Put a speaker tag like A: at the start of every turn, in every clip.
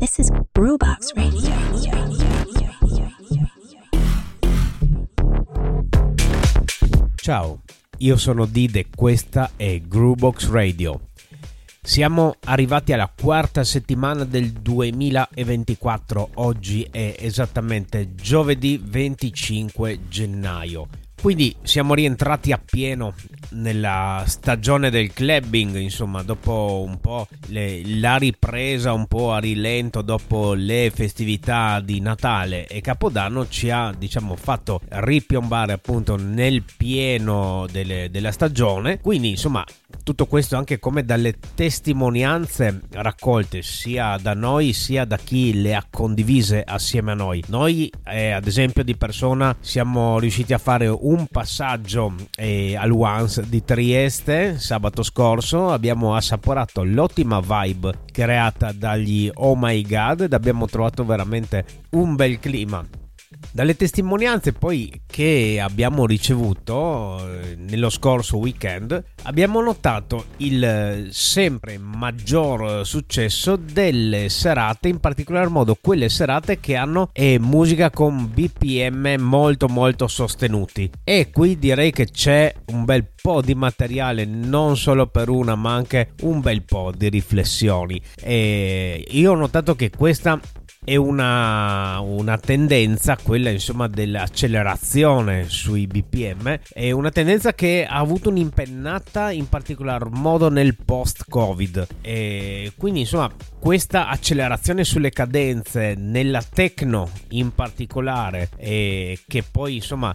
A: This is Brewbox Radio.
B: Ciao, io sono Did e questa è Brewbox Radio. Siamo arrivati alla quarta settimana del 2024, oggi è esattamente giovedì 25 gennaio. Quindi siamo rientrati appieno nella stagione del clubbing, insomma, dopo un po' la ripresa un po' a rilento dopo le festività di Natale e Capodanno ci ha, fatto ripiombare appunto nel pieno della stagione. Quindi, insomma, tutto questo anche come dalle testimonianze raccolte sia da noi sia da chi le ha condivise assieme a noi. Noi, ad esempio, di persona siamo riusciti a fare un passaggio al Once di Trieste sabato scorso. Abbiamo assaporato l'ottima vibe creata dagli Oh My God ed abbiamo trovato veramente un bel clima. Dalle testimonianze poi che abbiamo ricevuto nello scorso weekend abbiamo notato il sempre maggior successo delle serate, in particolar modo quelle serate che hanno musica con BPM molto molto sostenuti, e qui direi che c'è un bel po' di materiale, non solo per una ma anche un bel po' di riflessioni, e io ho notato che questa è una tendenza, quella insomma dell'accelerazione sui BPM, è una tendenza che ha avuto un'impennata in particolar modo nel post-Covid, e quindi insomma questa accelerazione sulle cadenze nella techno in particolare, che poi insomma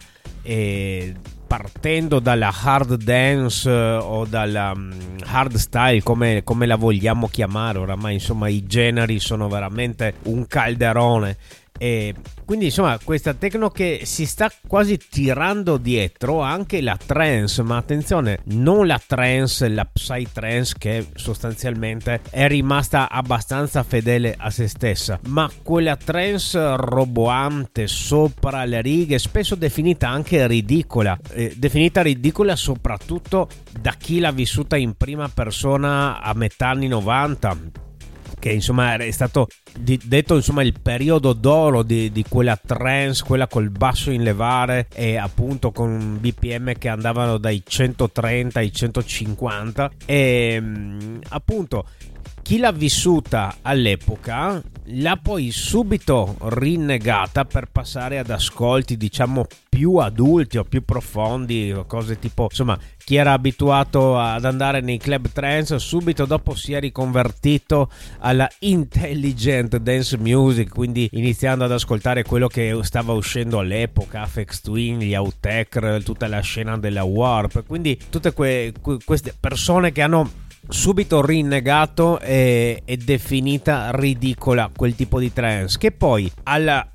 B: partendo dalla hard dance o dalla hard style, come la vogliamo chiamare oramai, insomma i generi sono veramente un calderone, e quindi insomma questa techno che si sta quasi tirando dietro anche la trance, ma attenzione, non la trance, la psytrance che sostanzialmente è rimasta abbastanza fedele a se stessa, ma quella trance roboante sopra le righe, spesso definita anche ridicola, definita ridicola soprattutto da chi l'ha vissuta in prima persona a metà anni 90, che insomma è stato detto insomma il periodo d'oro di quella trance, quella col basso in levare e appunto con BPM che andavano dai 130 ai 150, e appunto chi l'ha vissuta all'epoca l'ha poi subito rinnegata per passare ad ascolti diciamo più adulti o più profondi, cose tipo, insomma, chi era abituato ad andare nei club trance subito dopo si è riconvertito alla intelligent dance music, quindi iniziando ad ascoltare quello che stava uscendo all'epoca, Aphex Twin, gli Outtake, tutta la scena della Warp, quindi tutte queste persone che hanno subito rinnegato e definita ridicola quel tipo di trance, che poi alla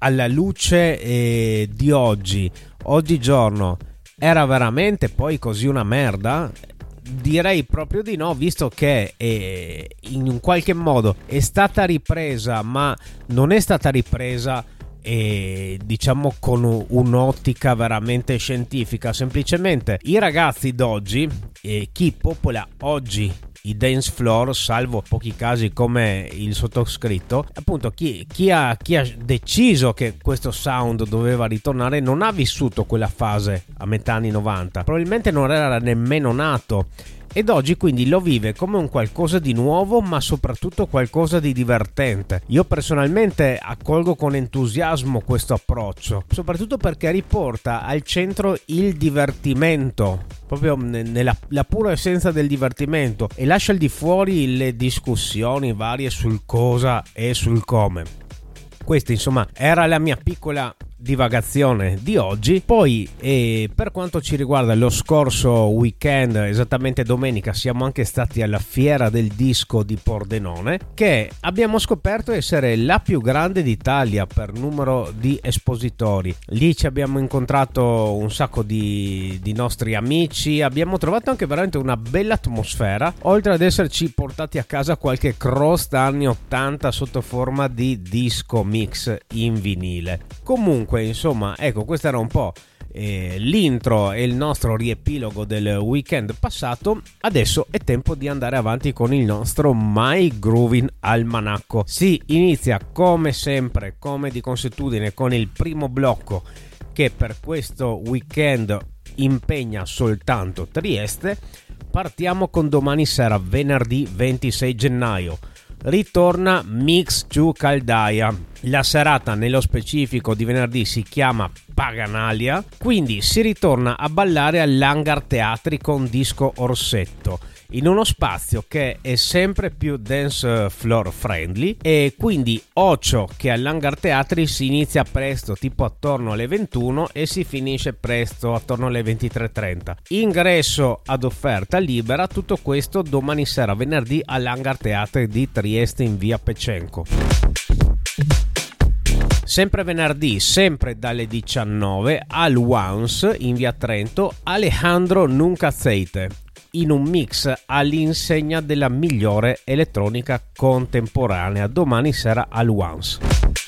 B: luce di oggigiorno era veramente poi così una merda? Direi proprio di no, visto che in un qualche modo è stata ripresa, ma non è stata ripresa diciamo con un'ottica veramente scientifica. Semplicemente i ragazzi d'oggi, chi popola oggi i dance floor, salvo pochi casi come il sottoscritto, appunto chi ha deciso che questo sound doveva ritornare non ha vissuto quella fase a metà anni 90, probabilmente non era nemmeno nato, ed oggi quindi lo vive come un qualcosa di nuovo, ma soprattutto qualcosa di divertente. Io personalmente accolgo con entusiasmo questo approccio, soprattutto perché riporta al centro il divertimento, proprio nella la pura essenza del divertimento, e lascia al di fuori le discussioni varie sul cosa e sul come. Questa insomma era la mia piccola divagazione di oggi. Poi per quanto ci riguarda, lo scorso weekend, esattamente domenica, siamo anche stati alla Fiera del Disco di Pordenone, che abbiamo scoperto essere la più grande d'Italia per numero di espositori. Lì ci abbiamo incontrato un sacco di nostri amici, abbiamo trovato anche veramente una bella atmosfera, oltre ad esserci portati a casa qualche crost anni 80 sotto forma di disco mix in vinile. Comunque insomma, ecco, questo era un po' l'intro e il nostro riepilogo del weekend passato, adesso è tempo di andare avanti con il nostro My Groovin' Almanacco. Si inizia come sempre, come di consuetudine, con il primo blocco che per questo weekend impegna soltanto Trieste. Partiamo con domani sera, venerdì 26 gennaio. Ritorna Mix to Caldaia. La serata nello specifico di venerdì si chiama Paganalia, quindi si ritorna a ballare all'Hangar Teatri con Disco Orsetto, in uno spazio che è sempre più dance floor friendly, e quindi occhio che all'Hangar Teatri si inizia presto, tipo attorno alle 21, e si finisce presto attorno alle 23:30. Ingresso ad offerta libera, tutto questo domani sera venerdì all'Hangar Teatri di Trieste in via Pecenco. Sempre venerdì, sempre dalle 19, al Once in via Trento, Alejandro Nuncazeite, in un mix all'insegna della migliore elettronica contemporanea, domani sera al Once.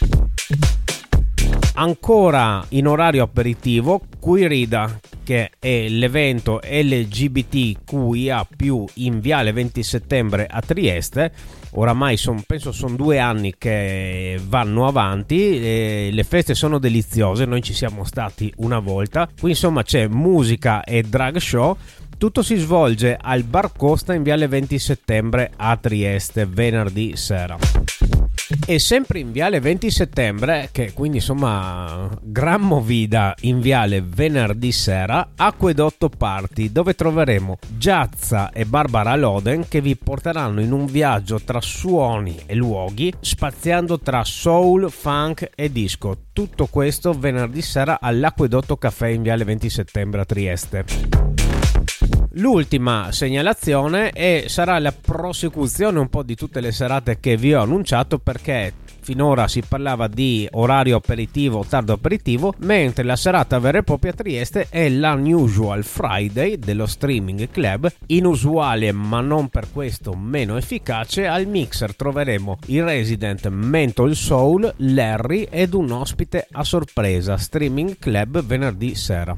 B: Ancora in orario aperitivo, Quirida, che è l'evento LGBTQIA+ in viale 20 settembre a Trieste. Oramai penso sono 2 anni che vanno avanti, le feste sono deliziose, noi ci siamo stati una volta. Qui insomma c'è musica e drag show. Tutto si svolge al Bar Costa in viale 20 settembre a Trieste, venerdì sera. E sempre in viale 20 settembre, che quindi insomma gran movida in viale venerdì sera, Acquedotto Party, dove troveremo Giazza e Barbara Loden che vi porteranno in un viaggio tra suoni e luoghi, spaziando tra soul, funk e disco. Tutto questo venerdì sera all'Acquedotto Caffè in viale 20 settembre a Trieste. L'ultima segnalazione sarà la prosecuzione un po' di tutte le serate che vi ho annunciato, perché finora si parlava di orario aperitivo, tardo aperitivo, mentre la serata vera e propria a Trieste è l'Unusual Friday dello Streaming Club. Inusuale ma non per questo meno efficace, al mixer troveremo il resident Mental Soul, Larry ed un ospite a sorpresa. Streaming Club venerdì sera.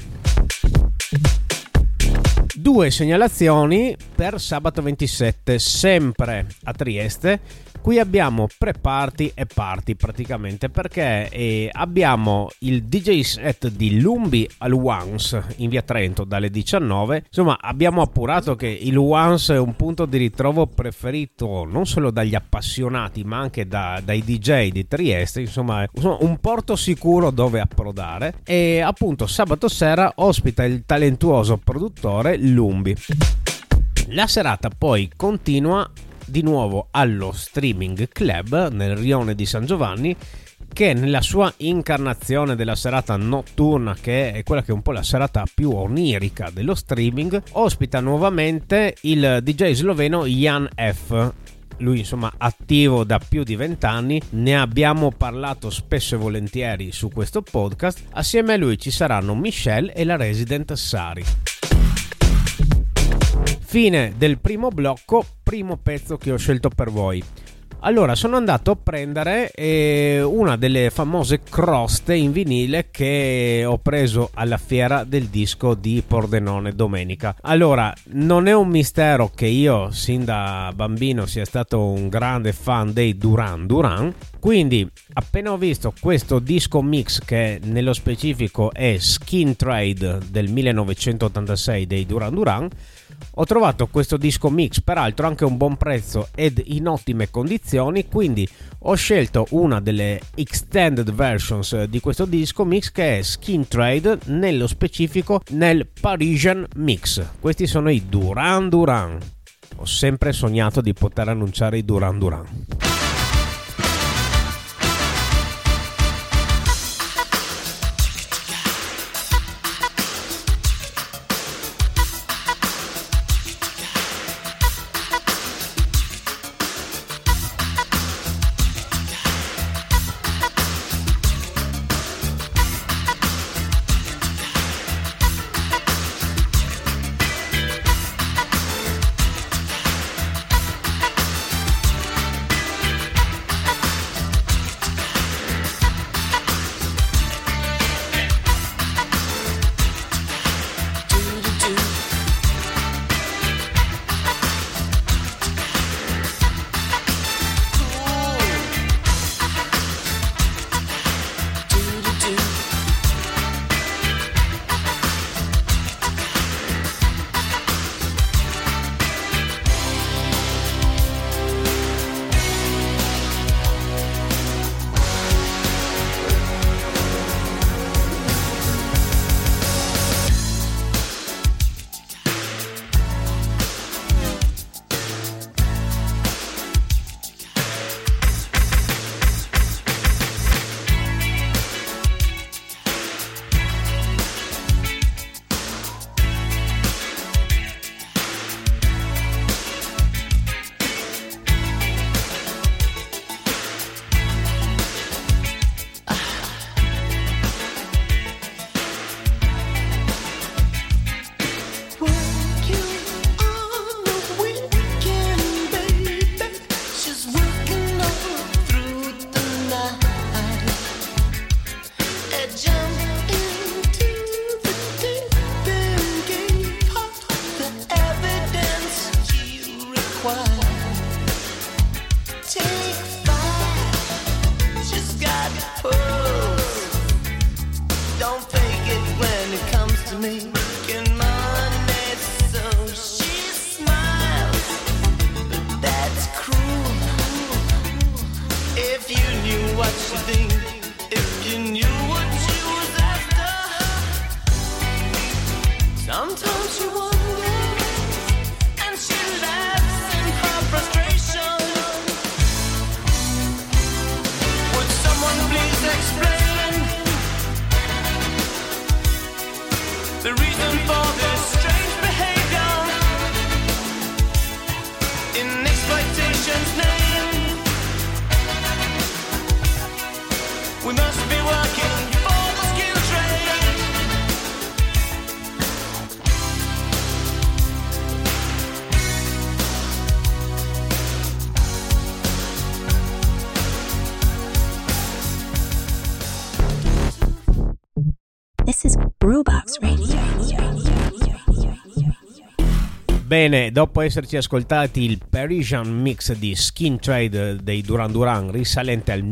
B: 2 segnalazioni per sabato 27, sempre a Trieste. Qui abbiamo pre-party e party praticamente, perché abbiamo il DJ set di Lumbi al Once in via Trento dalle 19. Insomma, abbiamo appurato che il Once è un punto di ritrovo preferito non solo dagli appassionati ma anche dai DJ di Trieste. Insomma, un porto sicuro dove approdare, e appunto sabato sera ospita il talentuoso produttore Lumbi. La serata poi continua di nuovo allo Streaming Club nel rione di San Giovanni, che nella sua incarnazione della serata notturna, che è quella che è un po' la serata più onirica dello streaming, ospita nuovamente il DJ sloveno Jan F. Lui insomma attivo da più di 20 anni, ne abbiamo parlato spesso e volentieri su questo podcast. Assieme a lui ci saranno Michelle e la resident Sari. Fine del primo blocco, primo pezzo che ho scelto per voi. Allora, sono andato a prendere una delle famose croste in vinile che ho preso alla fiera del disco di Pordenone domenica. Allora, non è un mistero che io sin da bambino sia stato un grande fan dei Duran Duran, quindi appena ho visto questo disco mix, che nello specifico è Skin Trade del 1986 dei Duran Duran, ho trovato questo disco mix, peraltro anche a un buon prezzo ed in ottime condizioni, quindi ho scelto una delle extended versions di questo disco mix, che è Skin Trade, nello specifico nel Parisian Mix. Questi sono i Duran Duran. Ho sempre sognato di poter annunciare i Duran Duran.
A: This is Brewbox Radio.
B: Bene, dopo esserci ascoltati il Parisian Mix di Skin Trade dei Duran Duran risalente al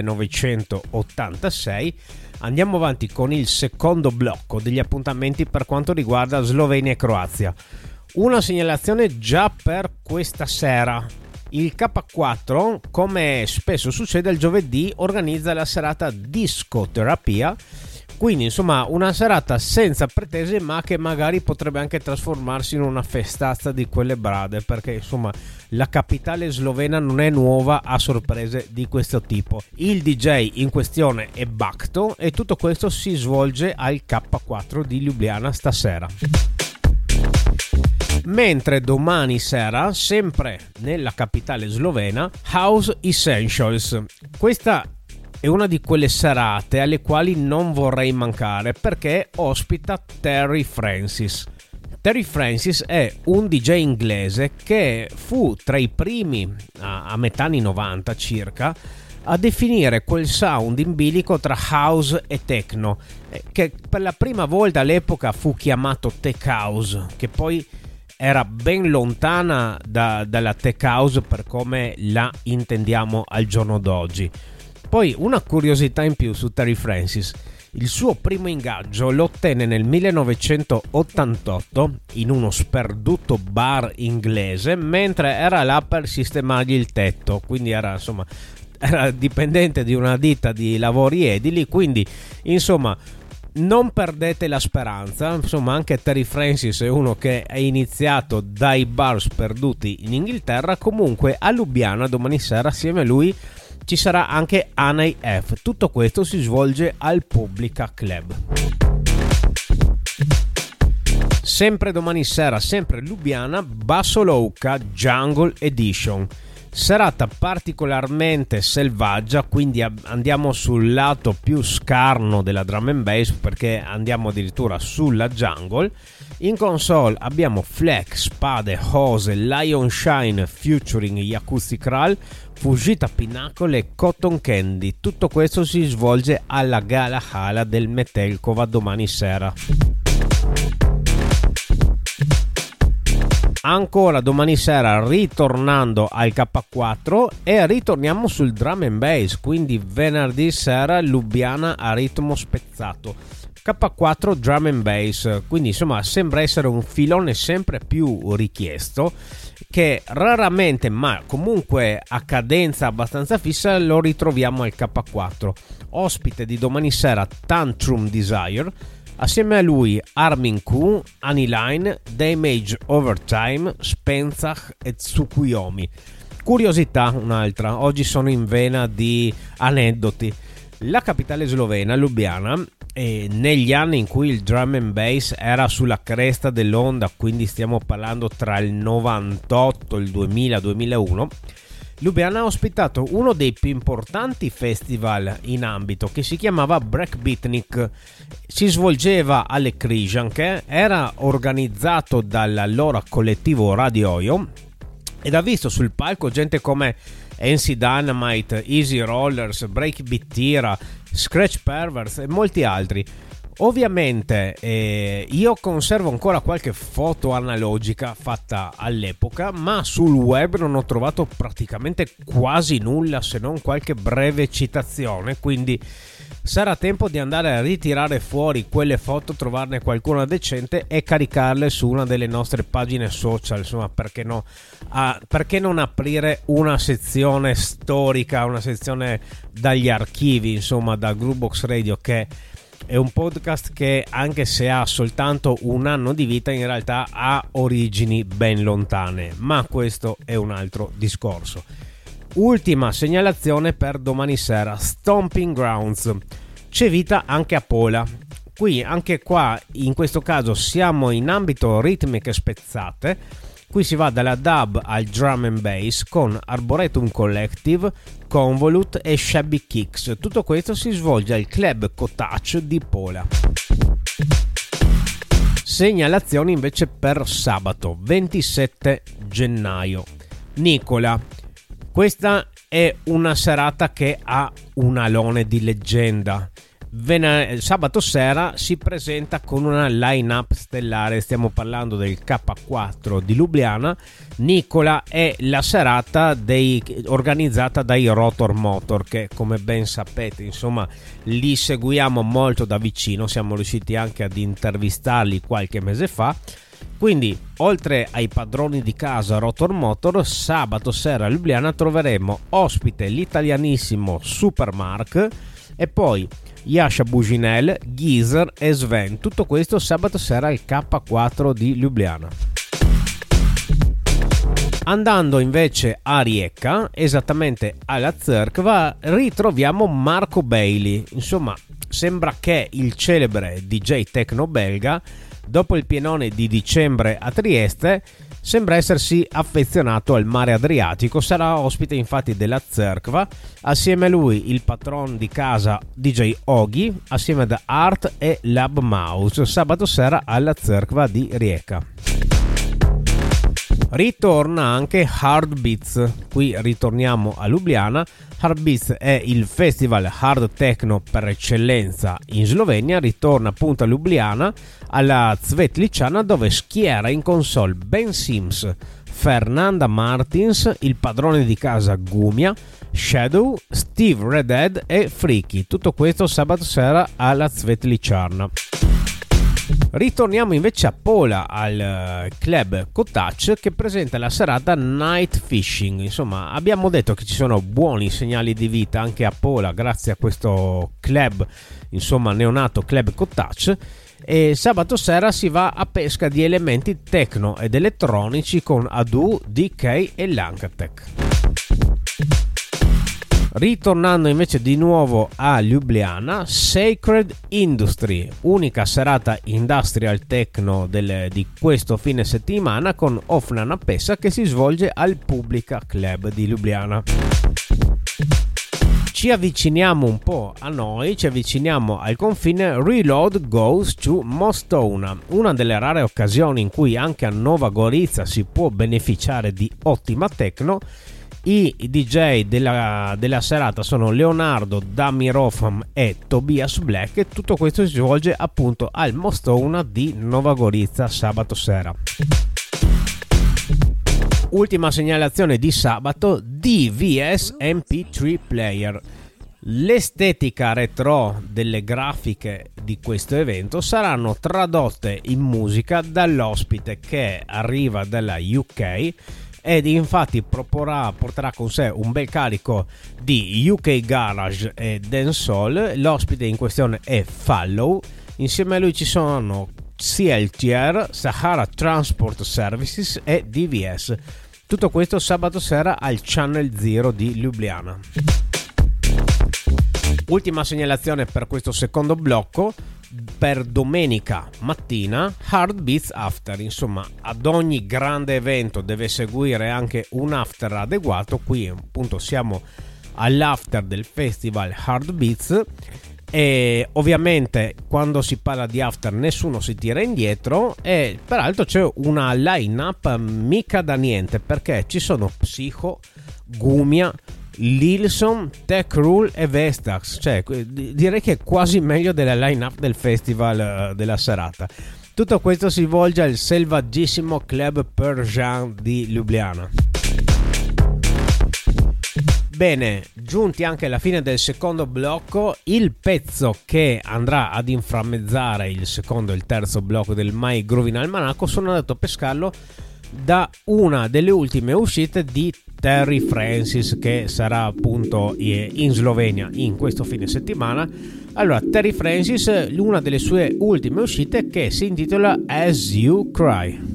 B: 1986, andiamo avanti con il secondo blocco degli appuntamenti per quanto riguarda Slovenia e Croazia. Una segnalazione già per questa sera. Il K4, come spesso succede il giovedì, organizza la serata Discoterapia. Quindi insomma una serata senza pretese, ma che magari potrebbe anche trasformarsi in una festazza di quelle brade, perché insomma la capitale slovena non è nuova a sorprese di questo tipo. Il DJ in questione è Bakto e tutto questo si svolge al K4 di Ljubljana stasera. Mentre domani sera, sempre nella capitale slovena, House Essentials. Questa è una di quelle serate alle quali non vorrei mancare perché ospita Terry Francis. Terry Francis è un DJ inglese che fu tra i primi, a metà anni 90 circa, a definire quel sound in bilico tra house e techno, che per la prima volta all'epoca fu chiamato tech house, che poi era ben lontana dalla tech house per come la intendiamo al giorno d'oggi. Poi una curiosità in più su Terry Francis: il suo primo ingaggio lo ottenne nel 1988 in uno sperduto bar inglese mentre era là per sistemargli il tetto, quindi era dipendente di una ditta di lavori edili, quindi insomma non perdete la speranza. Insomma, anche Terry Francis è uno che è iniziato dai bar sperduti in Inghilterra. Comunque a Lubiana domani sera assieme a lui ci sarà anche Anai F. Tutto questo si svolge al Publica Club. Sempre domani sera, sempre Lubiana, Bassolouka Jungle Edition. Serata particolarmente selvaggia, quindi andiamo sul lato più scarno della drum and bass perché andiamo addirittura sulla jungle. In console abbiamo Fleck, Spade, Hose, Lion Shine featuring Yakuzi Kral, Fujita Pinnacle e Cotton Candy. Tutto questo si svolge alla Gala Hala del Metelkova domani sera. Ancora domani sera ritornando al K4 e ritorniamo sul drum and bass, quindi venerdì sera Lubiana a ritmo spezzato. K4 drum and bass, quindi insomma sembra essere un filone sempre più richiesto che raramente, ma comunque a cadenza abbastanza fissa, lo ritroviamo al K4. Ospite di domani sera Tantrum Desire, assieme a lui Armin Q, Aniline, Damage Overtime, Spenzach e Tsukuyomi. Curiosità un'altra, oggi sono in vena di aneddoti. La capitale slovena, Lubiana, negli anni in cui il drum and bass era sulla cresta dell'onda, quindi stiamo parlando tra il 98, il 2000, 2001, Lubiana ha ospitato uno dei più importanti festival in ambito che si chiamava Breakbeatnik. Si svolgeva alle Križanke, era organizzato dall'allora collettivo Radioio ed ha visto sul palco gente come NC Dynamite, Easy Rollers, Breakbeat Tira, Scratch Perverts e molti altri. Ovviamente io conservo ancora qualche foto analogica fatta all'epoca, ma sul web non ho trovato praticamente quasi nulla, se non qualche breve citazione, quindi sarà tempo di andare a ritirare fuori quelle foto, trovarne qualcuna decente e caricarle su una delle nostre pagine social. Insomma, perché no? Perché non aprire una sezione storica, una sezione dagli archivi, insomma, da Groovebox Radio, che è un podcast che, anche se ha soltanto un anno di vita, in realtà ha origini ben lontane, ma questo è un altro discorso. Ultima segnalazione per domani sera: Stomping Grounds. C'è vita anche a Pola. Qui, anche qua, in questo caso siamo in ambito ritmiche spezzate. Qui si va dalla dub al drum and bass con Arboretum Collective, Convolute e Shabby Kicks. Tutto questo si svolge al Club Cottage di Pola. Segnalazioni invece per sabato 27 gennaio. Nicola. Questa è una serata che ha un alone di leggenda. Sabato sera si presenta con una line-up stellare. Stiamo parlando del K4 di Lubiana. Nicola è la serata organizzata dai Rotor Motor, che, come ben sapete, insomma, li seguiamo molto da vicino. Siamo riusciti anche ad intervistarli qualche mese fa. Quindi, oltre ai padroni di casa Rotor Motor, sabato sera a Lubiana troveremo ospite l'italianissimo Supermark e poi Yasha Buginel, Geezer e Sven. Tutto questo sabato sera al K4 di Lubiana. Andando invece a Rijeka, esattamente alla Cerkva, ritroviamo Marco Bailey. Insomma, sembra che il celebre DJ techno belga, dopo il pienone di dicembre a Trieste, sembra essersi affezionato al mare Adriatico. Sarà ospite infatti della Cerkva, assieme a lui il patron di casa DJ Ogi, assieme ad Art e Lab Mouse, sabato sera alla Cerkva di Rijeka. Ritorna anche Hard Beats. Qui ritorniamo a Lubiana. Hard Beats è il festival hard techno per eccellenza in Slovenia. Ritorna appunto a Lubiana, alla Cvetličana, dove schiera in console Ben Sims, Fernanda Martins, il padrone di casa Gumia, Shadow, Steve Redhead e Freaky. Tutto questo sabato sera alla Cvetličana. Ritorniamo invece a Pola, al Club Cottage, che presenta la serata Night Fishing. Insomma, abbiamo detto che ci sono buoni segnali di vita anche a Pola grazie a questo club, insomma, neonato Club Cottage. E sabato sera si va a pesca di elementi techno ed elettronici con Adu, DK e Lankatek. Ritornando invece di nuovo a Ljubljana, Sacred Industry, unica serata industrial techno di questo fine settimana, con Ofnana Pesa, che si svolge al Publica Club di Ljubljana. Ci avviciniamo un po' a noi, ci avviciniamo al confine. Reload goes to Mostona, una delle rare occasioni in cui anche a Nova Gorica si può beneficiare di ottima techno. I DJ della serata sono Leonardo Damirov e Tobias Black, e tutto questo si svolge appunto al Mostona di Nova Gorica sabato sera. Ultima segnalazione di sabato: DVS MP3 Player. L'estetica retro delle grafiche di questo evento saranno tradotte in musica dall'ospite che arriva dalla UK, ed infatti porterà con sé un bel carico di UK Garage e Dancehall. L'ospite in questione è Fallow. Insieme a lui ci sono CLTR, Sahara Transport Services e DVS. Tutto questo sabato sera al Channel Zero di Ljubljana. Ultima segnalazione per questo secondo blocco: per domenica mattina Hard Beats After. Insomma, ad ogni grande evento deve seguire anche un after adeguato. Qui appunto siamo all'after del festival Hard Beats, e ovviamente quando si parla di after nessuno si tira indietro, e peraltro c'è una line up mica da niente, perché ci sono Psycho, Gumia, Lilson, Tech Rule e Vestax, cioè direi che è quasi meglio della line-up del festival della serata. Tutto questo si svolge al selvaggissimo Club Persian di Ljubljana. Bene, giunti anche alla fine del secondo blocco, il pezzo che andrà ad inframmezzare il secondo e il terzo blocco del My Groove in Almanacco sono andato a pescarlo da una delle ultime uscite di Terry Francis, che sarà appunto in Slovenia in questo fine settimana. Allora, Terry Francis, una delle sue ultime uscite, che si intitola As You Cry.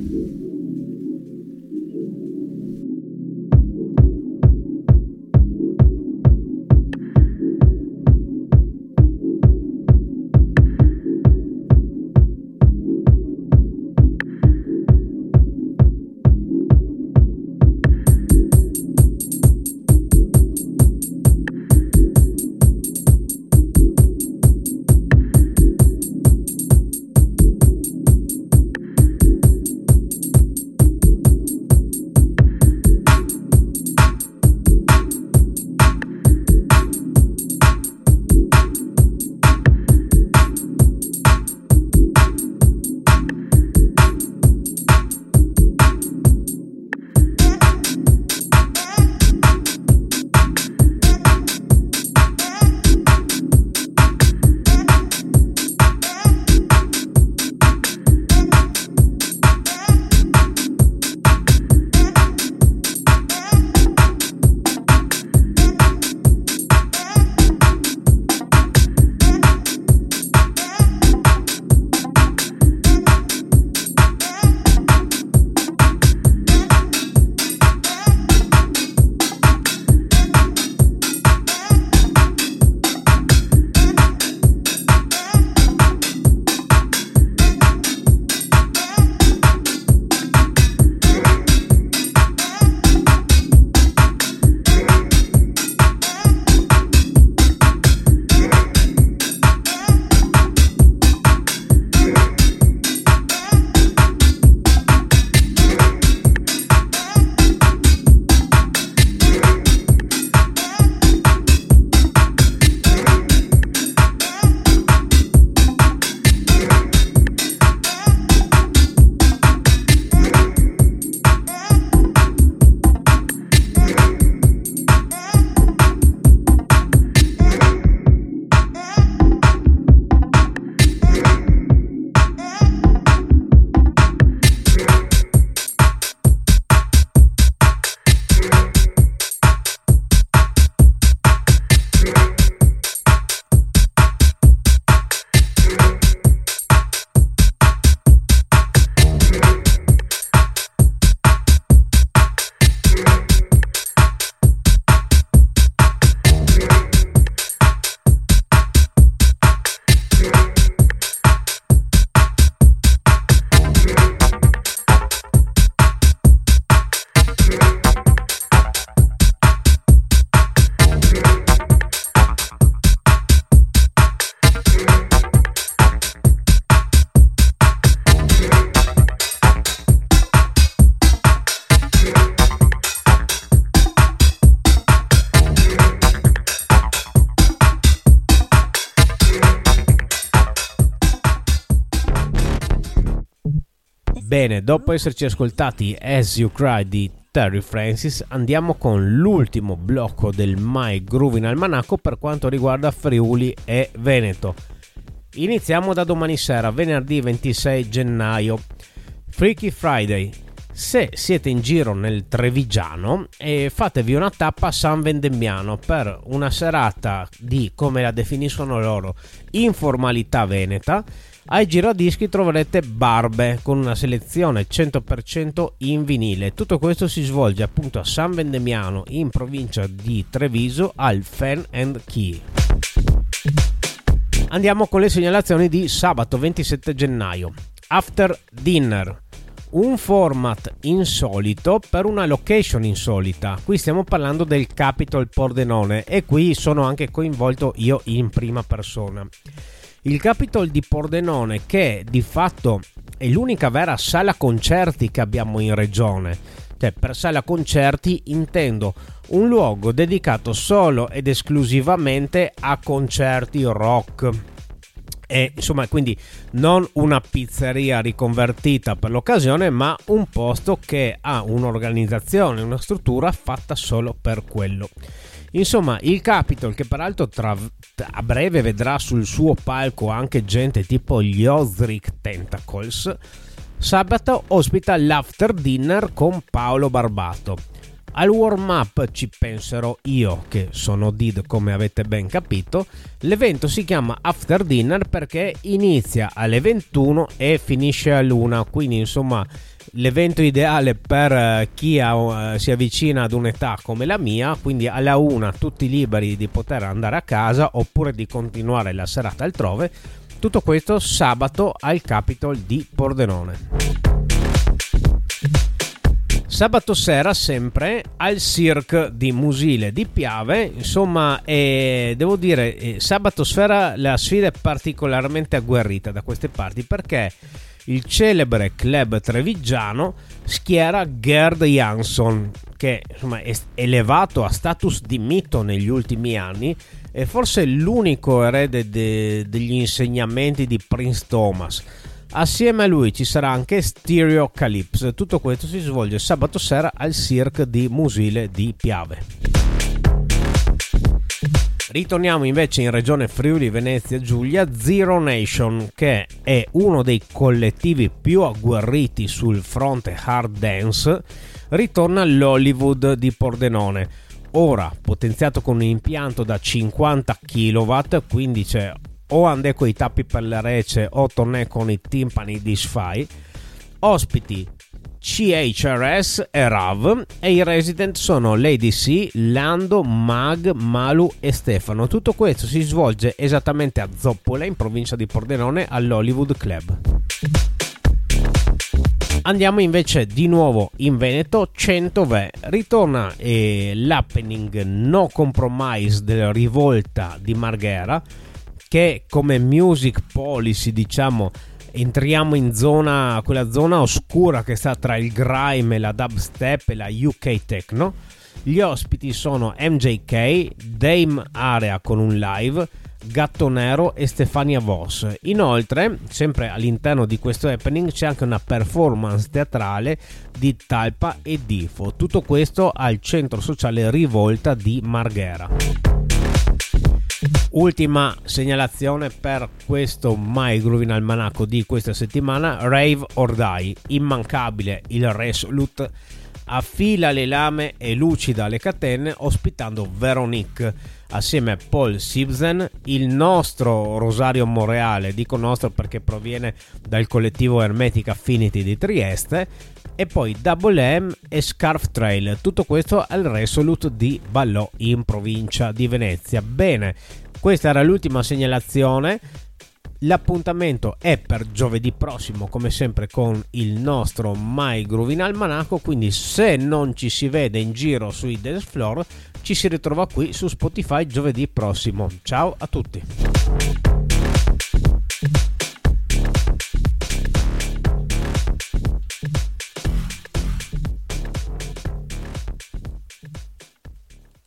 B: Bene, dopo esserci ascoltati As You Cry di Terry Francis, andiamo con l'ultimo blocco del My Groove in Almanacco per quanto riguarda Friuli e Veneto. Iniziamo da domani sera, venerdì 26 gennaio, Freaky Friday. Se siete in giro nel Trevigiano, fatevi una tappa a San Vendemmiano per una serata di, come la definiscono loro, informalità veneta. Ai giradischi troverete Barbe con una selezione 100% in vinile. Tutto questo si svolge appunto a San Vendemmiano in provincia di Treviso al Fan and Key. Andiamo con le segnalazioni di sabato 27 gennaio. After Dinner, un format insolito per una location insolita. Qui stiamo parlando del Capitol Pordenone e qui sono anche coinvolto io in prima persona. Il Capitol di Pordenone, che di fatto è l'unica vera sala concerti che abbiamo in regione. Cioè, per sala concerti intendo un luogo dedicato solo ed esclusivamente a concerti rock. E insomma, quindi non una pizzeria riconvertita per l'occasione, ma un posto che ha un'organizzazione, una struttura fatta solo per quello. Insomma, il Capitol, che peraltro a breve vedrà sul suo palco anche gente tipo gli Ozric Tentacles, sabato ospita l'after dinner con Paolo Barbato. Al warm up ci penserò io, che sono Did come avete ben capito. L'evento si chiama After Dinner perché inizia alle 21 e finisce all'1, quindi insomma l'evento ideale per chi si avvicina ad un'età come la mia, quindi alla 1 tutti liberi di poter andare a casa oppure di continuare la serata altrove. Tutto questo sabato al Capitol di Pordenone. Sabato sera sempre al Cirque di Musile di Piave, insomma devo dire sabato sera la sfida è particolarmente agguerrita da queste parti perché il celebre club trevigiano schiera Gerd Jansson, che insomma è elevato a status di mito negli ultimi anni e forse l'unico erede degli insegnamenti di Prince Thomas. Assieme a lui ci sarà anche Stereo Calypso. Tutto questo si svolge sabato sera al Cirque di Musile di Piave. Ritorniamo invece in regione Friuli Venezia Giulia. Zero Nation, che è uno dei collettivi più agguerriti sul fronte hard dance, ritorna all'Hollywood di Pordenone. Ora potenziato con un impianto da 50 kW, quindi c'è o andè con i tappi per le rece o tornè con i timpani di Sfai. Ospiti CHRS e Rav, e i resident sono Lady C, Lando, Mag, Malu e Stefano. Tutto questo si svolge esattamente a Zoppola, in provincia di Pordenone, all'Hollywood Club. Andiamo invece di nuovo in Veneto. 100 ritorna l'happening No Compromise della Rivolta di Marghera, che come music policy, diciamo, entriamo in quella zona oscura che sta tra il grime, la dubstep e la UK techno. Gli ospiti sono MJK, Dame Area con un live, Gatto Nero e Stefania Voss. Inoltre, sempre all'interno di questo happening, c'è anche una performance teatrale di Talpa e Difo. Tutto questo al centro sociale Rivolta di Marghera. Ultima segnalazione per questo My Groovin' Almanacco di questa settimana: Rave or Die. Immancabile il Resolute affila le lame e lucida le catene ospitando Veronique assieme a Paul Sibsen, il nostro Rosario Moreale. Dico nostro perché proviene dal collettivo Hermetic Affinity di Trieste, e poi Double M e Scarf Trail. Tutto questo al Resolute di Ballò in provincia di Venezia. Bene, questa era l'ultima segnalazione. L'appuntamento è per giovedì prossimo, come sempre, con il nostro My Groovin' Almanacco, quindi se non ci si vede in giro sui dance floor, ci si ritrova qui su Spotify giovedì prossimo. Ciao a tutti.